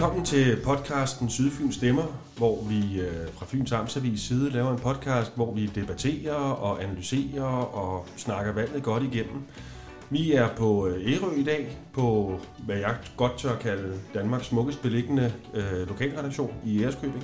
Velkommen til podcasten Sydfyns Stemmer, hvor vi fra Fyns Amtsavis side laver en podcast, hvor vi debatterer og analyserer og snakker valget godt igennem. Vi er på Ærø i dag, på hvad jeg godt tør kalde Danmarks smukkest beliggende lokalredaktion i Ærøskøbing.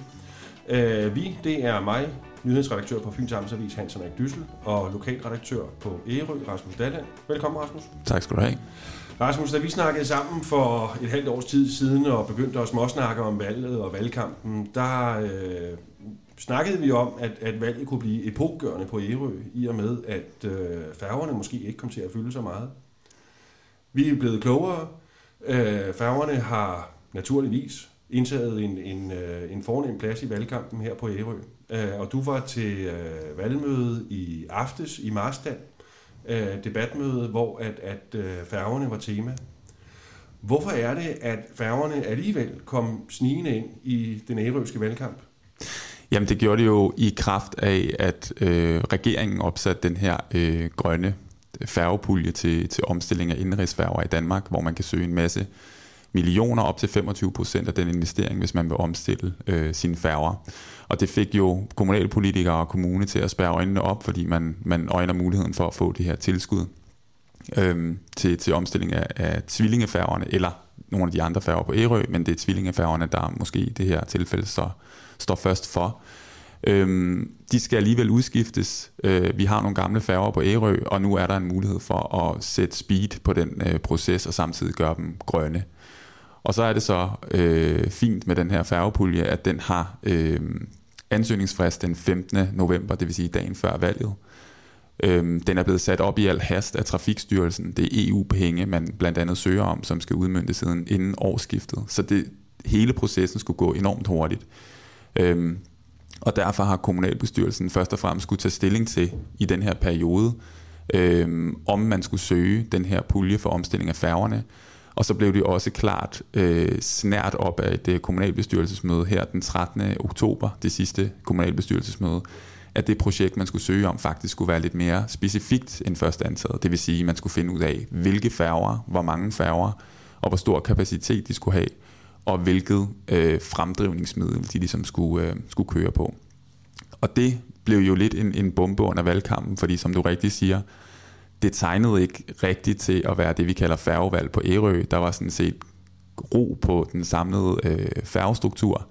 Det er mig, nyhedsredaktør på Fyns Amtsavis Hans Henrik Dyssel, og lokalredaktør på Ærø, Rasmus Dalland. Velkommen, Rasmus. Tak skal du have. Rasmus, da vi snakkede sammen for et halvt års tid siden og begyndte at småsnakke om valget og valgkampen, der snakkede vi om, at valget kunne blive epokgørende på Ærø, i og med, at færgerne måske ikke kom til at fylde så meget. Vi er blevet klogere. Færgerne har naturligvis indtaget en fornem plads i valgkampen her på Ærø. Og du var til valgmøde i aftes i Marstal, debatmøde, hvor at færgerne var tema. Hvorfor er det, at færgerne alligevel kom snigende ind i den ærøske valgkamp? Jamen det gjorde det jo i kraft af, at regeringen opsatte den her grønne færgepulje til omstilling af indenrigsfærger i Danmark, hvor man kan søge en masse millioner, op til 25% af den investering, hvis man vil omstille sine færger. Og det fik jo kommunalpolitikere og kommune til at spærre øjnene op, fordi man øjner muligheden for at få det her tilskud til omstilling af tvillingefærgerne, eller nogle af de andre færger på Ærø, men det er tvillingefærgerne, der måske i det her tilfælde står først for. De skal alligevel udskiftes. Vi har nogle gamle færger på Ærø, og nu er der en mulighed for at sætte speed på den proces, og samtidig gøre dem grønne. Og så er det så fint med den her færgepulje, at den har ansøgningsfrist den 15. november, det vil sige dagen før valget. Den er blevet sat op i al hast af Trafikstyrelsen. Det er EU-penge, man blandt andet søger om, som skal udmøntes inden årsskiftet. Så hele processen skulle gå enormt hurtigt. Og derfor har kommunalbestyrelsen først og fremmest skulle tage stilling til i den her periode, om man skulle søge den her pulje for omstilling af færgerne. Og så blev det også klart snært op af et kommunalbestyrelsesmøde her den 13. oktober, det sidste kommunalbestyrelsesmøde, at det projekt, man skulle søge om, faktisk skulle være lidt mere specifikt end først antaget. Det vil sige, at man skulle finde ud af, hvilke færger, hvor mange færger, og hvor stor kapacitet de skulle have, og hvilket fremdrivningsmiddel de ligesom skulle køre på. Og det blev jo lidt en bombe under valgkampen, fordi som du rigtig siger, det tegnede ikke rigtigt til at være det, vi kalder færgevalg på Ærø. Der var sådan set ro på den samlede færgestruktur.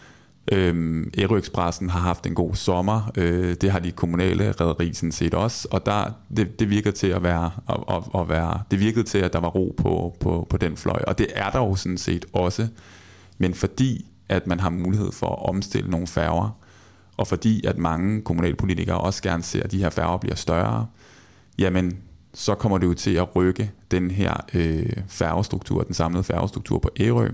Ærø-Expressen har haft en god sommer. Det har de kommunale rederi sådan set også. Og det virkede til at være, det virkede til, at der var ro på den fløj. Og det er der jo sådan set også. Men fordi at man har mulighed for at omstille nogle færger, og fordi at mange kommunalpolitikere også gerne ser, at de her færger bliver større, jamen så kommer det jo til at rykke den her færgestruktur, den samlede færgestruktur på Ærø.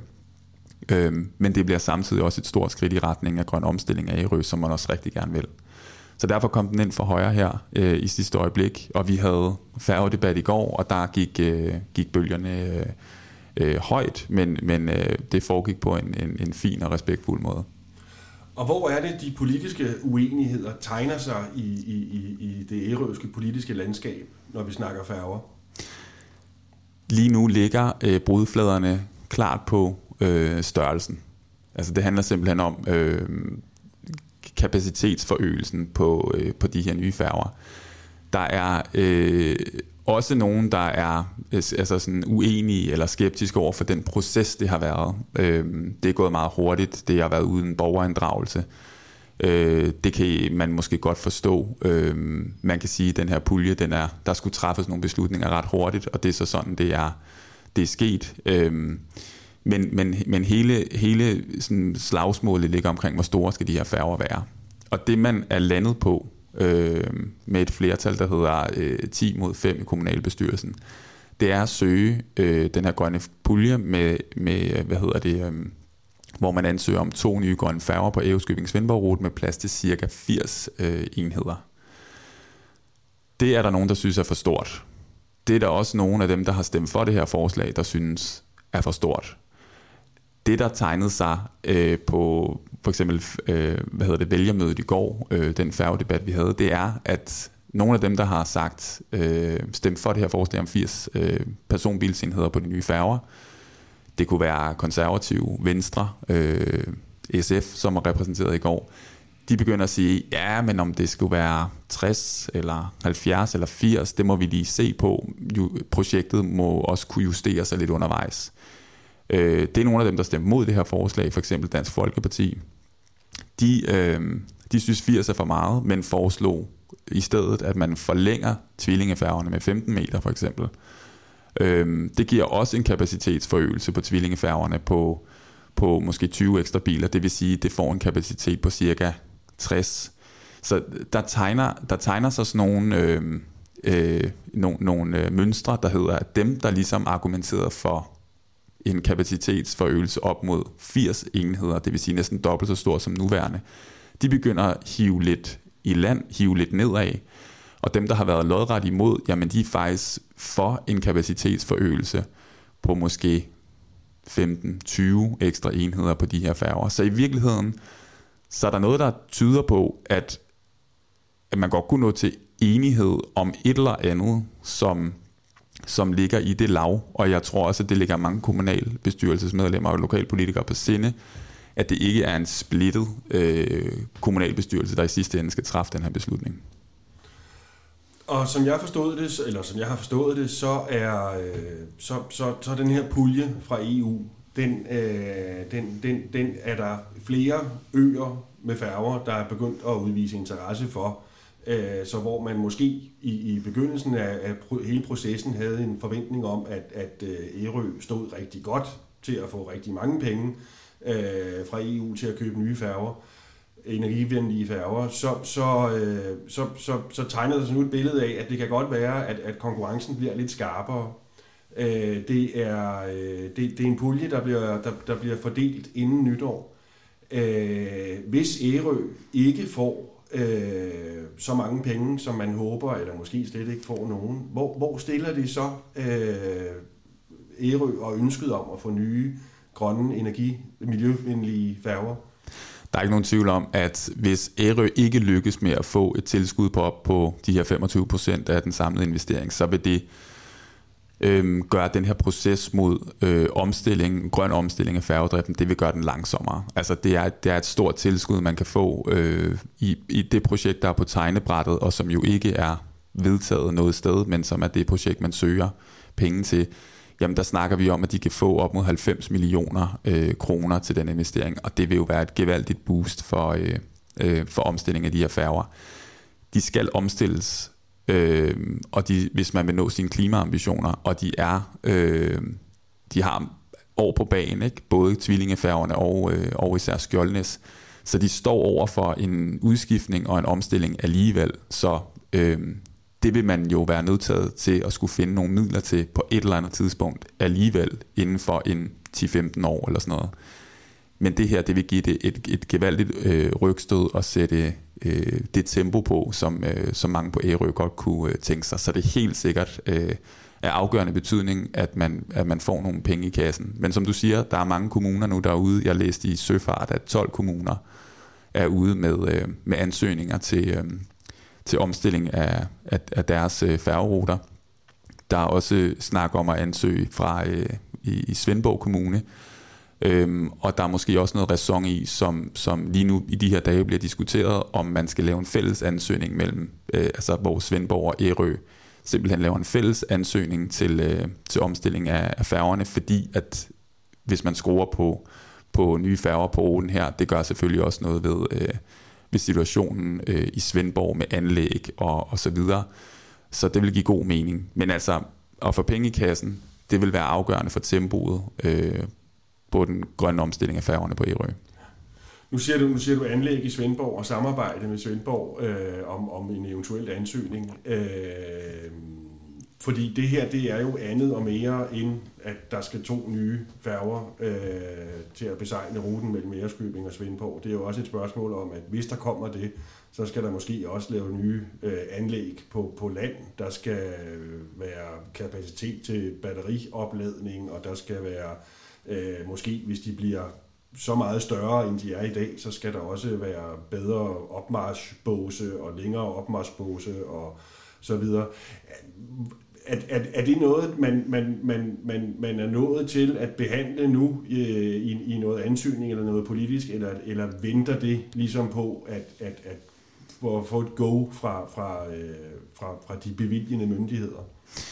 Men det bliver samtidig også et stort skridt i retning af grøn omstilling af Ærø, som man også rigtig gerne vil. Så derfor kom den ind for højre her i sidste øjeblik, og vi havde færgedebat i går, og der gik bølgerne højt, men det foregik på en fin og respektfuld måde. Og hvor er det, de politiske uenigheder tegner sig i det ærøske politiske landskab, når vi snakker færger? Lige nu ligger brudfladerne klart på størrelsen. Altså det handler simpelthen om kapacitetsforøgelsen på de her nye færger. Der er også nogen, der er altså sådan uenige eller skeptiske over for den proces, det har været. Det er gået meget hurtigt. Det har været uden borgerinddragelse. Det kan man måske godt forstå. Man kan sige, at den her pulje, der skulle træffes nogle beslutninger ret hurtigt, og det er så sådan, det er sket. Men hele sådan slagsmålet ligger omkring, hvor store skal de her færger være. Og det man er landet på, med et flertal, der hedder 10 mod 5 i kommunalbestyrelsen, det er at søge den her grønne pulje med hvor man ansøger om 2 nye grønne færger på Ærøskøbing-Svendborg-rute med plads til cirka 80 enheder. Det er der nogen, der synes er for stort. Det er der også nogle af dem, der har stemt for det her forslag, der synes er for stort. Det, der tegnede sig på for eksempel vælgermødet i går, den færgedebat, vi havde, det er, at nogle af dem, der har sagt stemt for det her forslag om 80 personbilsenheder på de nye færger, Det kunne være konservative, Venstre, SF, som er repræsenteret i går. De begynder at sige, ja, men om det skulle være 60 eller 70 eller 80, det må vi lige se på. Projektet må også kunne justere sig lidt undervejs. Det er nogle af dem, der stemmer mod det her forslag, for eksempel Dansk Folkeparti. De synes 80 er for meget, men foreslog i stedet, at man forlænger tvillingefærgerne med 15 meter for eksempel. Det giver også en kapacitetsforøgelse på tvillingefærgerne på måske 20 ekstra biler. Det vil sige, at det får en kapacitet på cirka 60. Så der tegner sig sådan nogle mønstre, der hedder, at dem, der ligesom argumenterede for en kapacitetsforøgelse op mod 80 enheder, det vil sige næsten dobbelt så stor som nuværende, de begynder at hive lidt i land, hive lidt nedad, og dem, der har været lodret imod, jamen de er faktisk for en kapacitetsforøgelse på måske 15-20 ekstra enheder på de her færger. Så i virkeligheden, så er der noget, der tyder på, at man godt kunne nå til enighed om et eller andet, som ligger i det lav, og jeg tror også, at det ligger mange kommunalbestyrelsesmedlemmer og lokalpolitikere på sinde, at det ikke er en splittet kommunalbestyrelse, der i sidste ende skal træffe den her beslutning. Og som jeg har forstået det, så er den her pulje fra EU, den er der flere øer med færger, der er begyndt at udvise interesse for. Så hvor man måske i begyndelsen af hele processen havde en forventning om, at Ærø stod rigtig godt til at få rigtig mange penge fra EU til at købe nye færger, energivenlige færger, så tegner der sig nu et billede af, at det kan godt være, at konkurrencen bliver lidt skarpere. Det er en pulje, der bliver fordelt inden nytår. Hvis Ærø ikke får så mange penge, som man håber, eller måske slet ikke får nogen, hvor stiller det så Ærø og ønsket om at få nye, grønne, miljøvenlige færger? Der er ikke nogen tvivl om, at hvis Ærø ikke lykkes med at få et tilskud på de her 25% af den samlede investering, så vil det gøre den her proces mod grøn omstilling af færgedriften, det vil gøre den langsommere. Altså det er et stort tilskud, man kan få i det projekt, der er på tegnebrættet, og som jo ikke er vedtaget noget sted, men som er det projekt, man søger penge til. Jamen der snakker vi om, at de kan få op mod 90 millioner kroner til den investering, og det vil jo være et gevaldigt boost for omstilling af de her færger. De skal omstilles, og hvis man vil nå sine klimaambitioner, og de har år på bagen, ikke? Både tvillingefærgerne og især Skjoldnæs, så de står over for en udskiftning og en omstilling alligevel, så det vil man jo være nødtaget til at skulle finde nogle midler til på et eller andet tidspunkt alligevel inden for en 10-15 år eller sådan noget. Men det her, det vil give det et gevaldigt rygstød og sætte det tempo på, som mange på Ærø godt kunne tænke sig. Så det er helt sikkert af afgørende betydning, at man får nogle penge i kassen. Men som du siger, der er mange kommuner nu derude. Jeg læste i Søfart, at 12 kommuner er ude med ansøgninger til omstilling af deres færgeruter. Der er også snak om at ansøge fra i Svendborg Kommune, og der er måske også noget ræson i, som lige nu i de her dage bliver diskuteret, om man skal lave en fælles ansøgning mellem, hvor Svendborg og Ærø simpelthen laver en fælles ansøgning til omstilling af færgerne, fordi at hvis man skruer på nye færger på åen her, det gør selvfølgelig også noget ved situationen i Svendborg med anlæg og så videre. Så det vil give god mening. Men altså, at få penge i kassen, det vil være afgørende for tempoet på den grønne omstilling af færgerne på Ærø. Nu siger du anlæg i Svendborg og samarbejde med Svendborg om en eventuel ansøgning. Fordi det her, det er jo andet og mere end, at der skal 2 nye færger til at besejle ruten mellem Ærøskøbing og Svendborg. Det er jo også et spørgsmål om, at hvis der kommer det, så skal der måske også lave nye anlæg på land. Der skal være kapacitet til batteriopladning, og der skal være, måske hvis de bliver så meget større, end de er i dag, så skal der også være bedre opmarchbåse og længere opmarchbåse og så videre. er det noget, man er nået til at behandle nu i noget ansøgning eller noget politisk, eller venter det ligesom på at få et go fra de bevilgende myndigheder?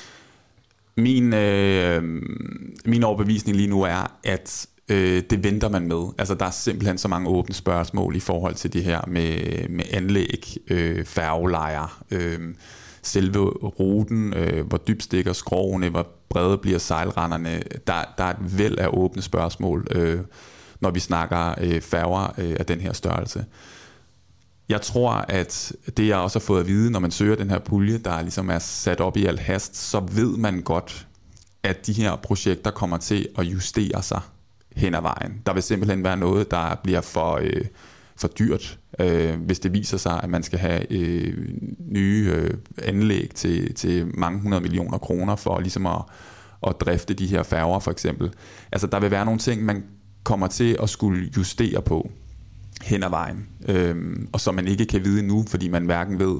Min overbevisning lige nu er, at det venter man med. Altså der er simpelthen så mange åbne spørgsmål i forhold til det her med anlæg, færgelejer, selve ruten, hvor dybt stikker skrovene, hvor brede bliver sejlrenderne. Der er et væld af åbne spørgsmål, når vi snakker færger af den her størrelse. Jeg tror, at det jeg også har fået at vide, når man søger den her pulje, der ligesom er sat op i al hast, så ved man godt, at de her projekter kommer til at justere sig hen ad vejen. Der vil simpelthen være noget, der bliver for dyrt, hvis det viser sig, at man skal have nye anlæg til mange 100 millioner kroner for ligesom at drifte de her færger for eksempel. Altså der vil være nogle ting, man kommer til at skulle justere på hen ad vejen, og som man ikke kan vide nu, fordi man hverken ved,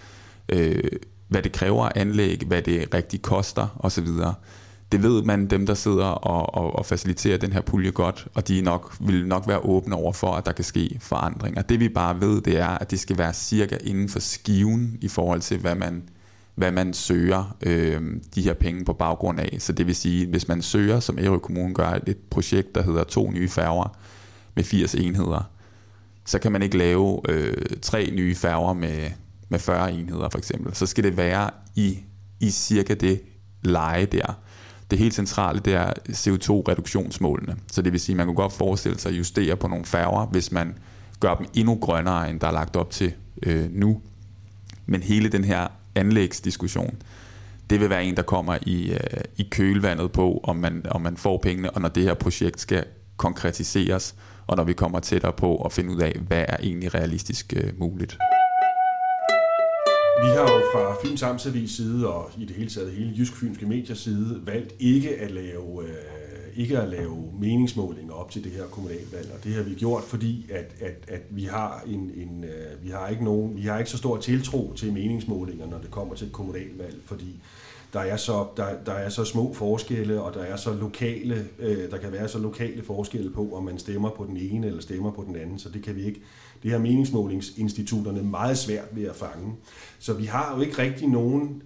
hvad det kræver anlæg, hvad det rigtig koster osv. Det ved man, dem der sidder og faciliterer den her pulje godt, og de vil nok være åbne over for, at der kan ske forandringer. Det vi bare ved, det er, at det skal være cirka inden for skiven i forhold til, hvad man søger de her penge på baggrund af. Så det vil sige, hvis man søger, som Ærø Kommune gør, et projekt, der hedder 2 nye færger med 80 enheder, så kan man ikke lave 3 nye færger med 40 enheder for eksempel. Så skal det være i cirka det leje der. Det helt centrale, det er CO2-reduktionsmålene. Så det vil sige, at man kan godt forestille sig at justere på nogle færger, hvis man gør dem endnu grønnere, end der er lagt op til nu. Men hele den her anlægsdiskussion, det vil være en, der kommer i kølvandet på, om man får pengene, og når det her projekt skal konkretiseres, og når vi kommer tættere på at finde ud af, hvad er egentlig realistisk muligt. Vi har jo fra Fyns Amtsavis side, og i det hele taget hele Jysk Fynske Mediers side, valgt ikke at lave meningsmålinger op til det her kommunalvalg, og det har vi gjort, fordi at vi har vi har ikke så stor tiltro til meningsmålinger, når det kommer til et kommunalvalg, fordi der er så små forskelle, og der kan være så lokale forskelle på, om man stemmer på den ene eller stemmer på den anden, så det kan vi ikke. Det her meningsmålingsinstitutterne meget svært ved at fange. Så vi har jo ikke rigtig nogen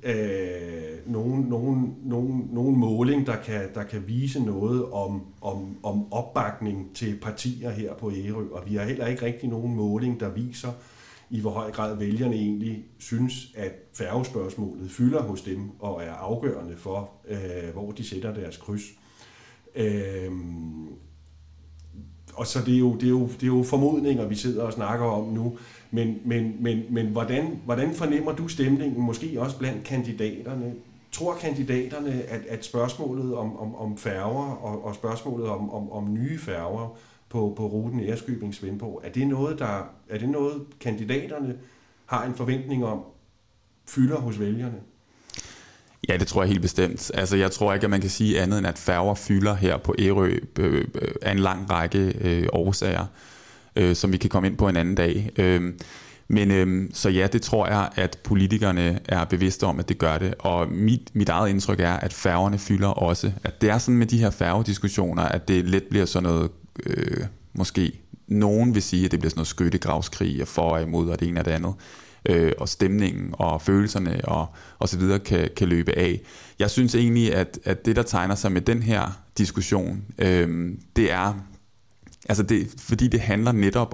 måling, der kan vise noget om opbakning til partier her på Ærø, og vi har heller ikke rigtig nogen måling, der viser, i hvor høj grad vælgerne egentlig synes, at færgespørgsmålet fylder hos dem og er afgørende for, hvor de sætter deres kryds. Og så det er jo formodninger, vi sidder og snakker om nu, men hvordan fornemmer du stemningen, måske også blandt kandidaterne? Tror kandidaterne, at spørgsmålet om færger og spørgsmålet om nye færger på ruten Ærøskøbing-Svendborg, er det noget kandidaterne har en forventning om fylder hos vælgerne? Ja, det tror jeg helt bestemt. Altså, jeg tror ikke, at man kan sige andet end, at færger fylder her på Ærø af en lang række årsager, som vi kan komme ind på en anden dag. Så ja, det tror jeg, at politikerne er bevidste om, at det gør det. Og mit eget indtryk er, at færgerne fylder også. At det er sådan med de her færgediskussioner, at det let bliver sådan noget, måske nogen vil sige, at det bliver sådan noget skyttegravskrig og for og imod og det ene og det andet. Og stemningen og følelserne og så videre kan løbe af. Jeg synes egentlig, at det, der tegner sig med den her diskussion, det er, altså fordi det handler netop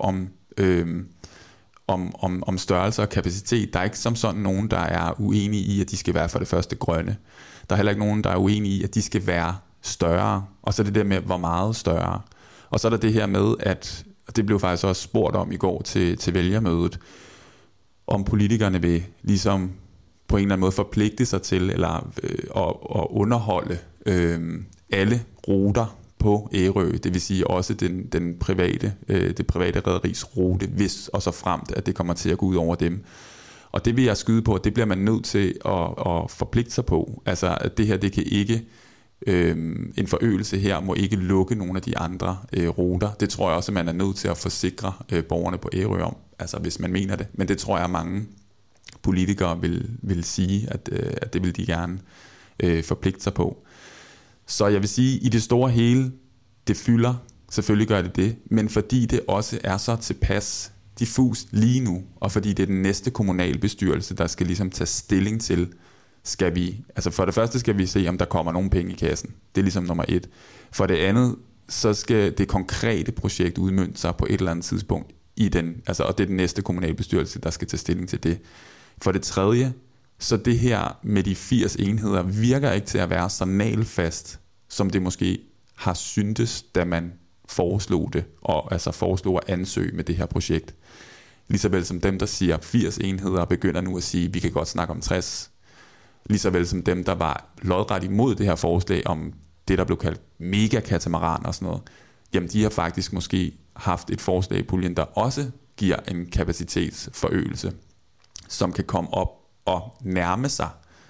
om størrelse og kapacitet. Der er ikke som sådan nogen, der er uenige i, at de skal være for det første grønne. Der er heller ikke nogen, der er uenige i, at de skal være større. Og så er det der med, hvor meget større. Og så er der det her med, at det blev faktisk også spurgt om i går til vælgermødet, om politikerne vil ligesom på en eller anden måde forpligte sig til eller at underholde alle ruter på Ærø, det vil sige også det private rederis rute, hvis og så fremt, at det kommer til at gå ud over dem. Og det vil jeg skyde på, at det bliver man nødt til at forpligte sig på. Altså at det her, det kan ikke en forøgelse her må ikke lukke nogle af de andre ruter. Det tror jeg også, at man er nødt til at forsikre borgerne på Ærø om, altså hvis man mener det. Men det tror jeg, at mange politikere vil sige, at det vil de gerne forpligte sig på. Så jeg vil sige, i det store hele, det fylder, selvfølgelig gør det, men fordi det også er så tilpas diffust lige nu, og fordi det er den næste kommunalbestyrelse, der skal ligesom tage stilling til, skal vi, altså for det første skal vi se, om der kommer nogle penge i kassen. Det er ligesom nummer 1. For det andet, så skal det konkrete projekt udmønte sig på et eller andet tidspunkt i den, altså, og det er den næste kommunalbestyrelse, der skal tage stilling til det. For det tredje, så det her med de 80 enheder virker ikke til at være så nagelfast, som det måske har syntes, da man foreslog det, og altså foreslog at ansøge med det her projekt. Ligesåvel som dem, der siger 80 enheder, begynder nu at sige, vi kan godt snakke om 60. Ligesåvel som dem, der var lodret imod det her forslag om det, der blev kaldt megakatamaran og sådan noget, jamen de har faktisk måske haft et forslag i puljen, der også giver en kapacitetsforøgelse, som kan komme op og nærme sig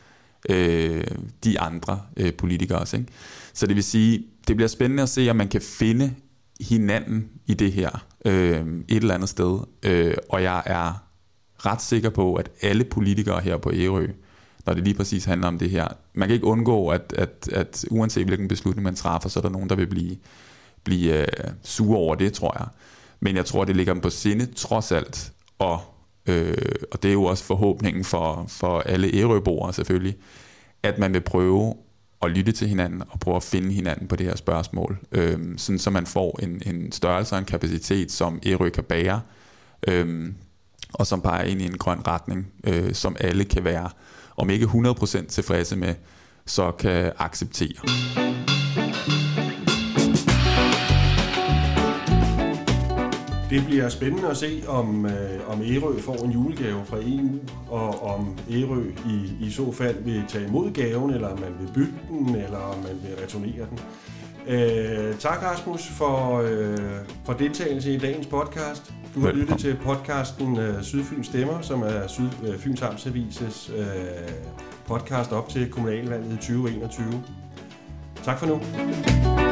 de andre politikere også, ikke? Så det vil sige, det bliver spændende at se, om man kan finde hinanden i det her et eller andet sted. Og jeg er ret sikker på, at alle politikere her på Ærø, når det lige præcis handler om det her, man kan ikke undgå, at uanset hvilken beslutning man træffer, så er der nogen, der vil blive sure over det, tror jeg. Men jeg tror, det ligger dem på sinde, trods alt. Og det er jo også forhåbningen for alle Ærøboere selvfølgelig, at man vil prøve at lytte til hinanden og prøve at finde hinanden på det her spørgsmål, sådan så man får en størrelse og en kapacitet, som Ærø kan bære, og som peger ind i en grøn retning, som alle kan være, om ikke 100% tilfredse med, så kan acceptere. Det bliver spændende at se, om Ærø får en julegave fra EU, og om Ærø i så fald vil tage imod gaven, eller om man vil bytte den, eller om man vil returnere den. Tak, Rasmus, for deltagelse i dagens podcast. Du har lyttet til podcasten Sydfyns Stemmer, som er Fyns Amtsavises podcast op til kommunalvalget i 2021. Tak for nu.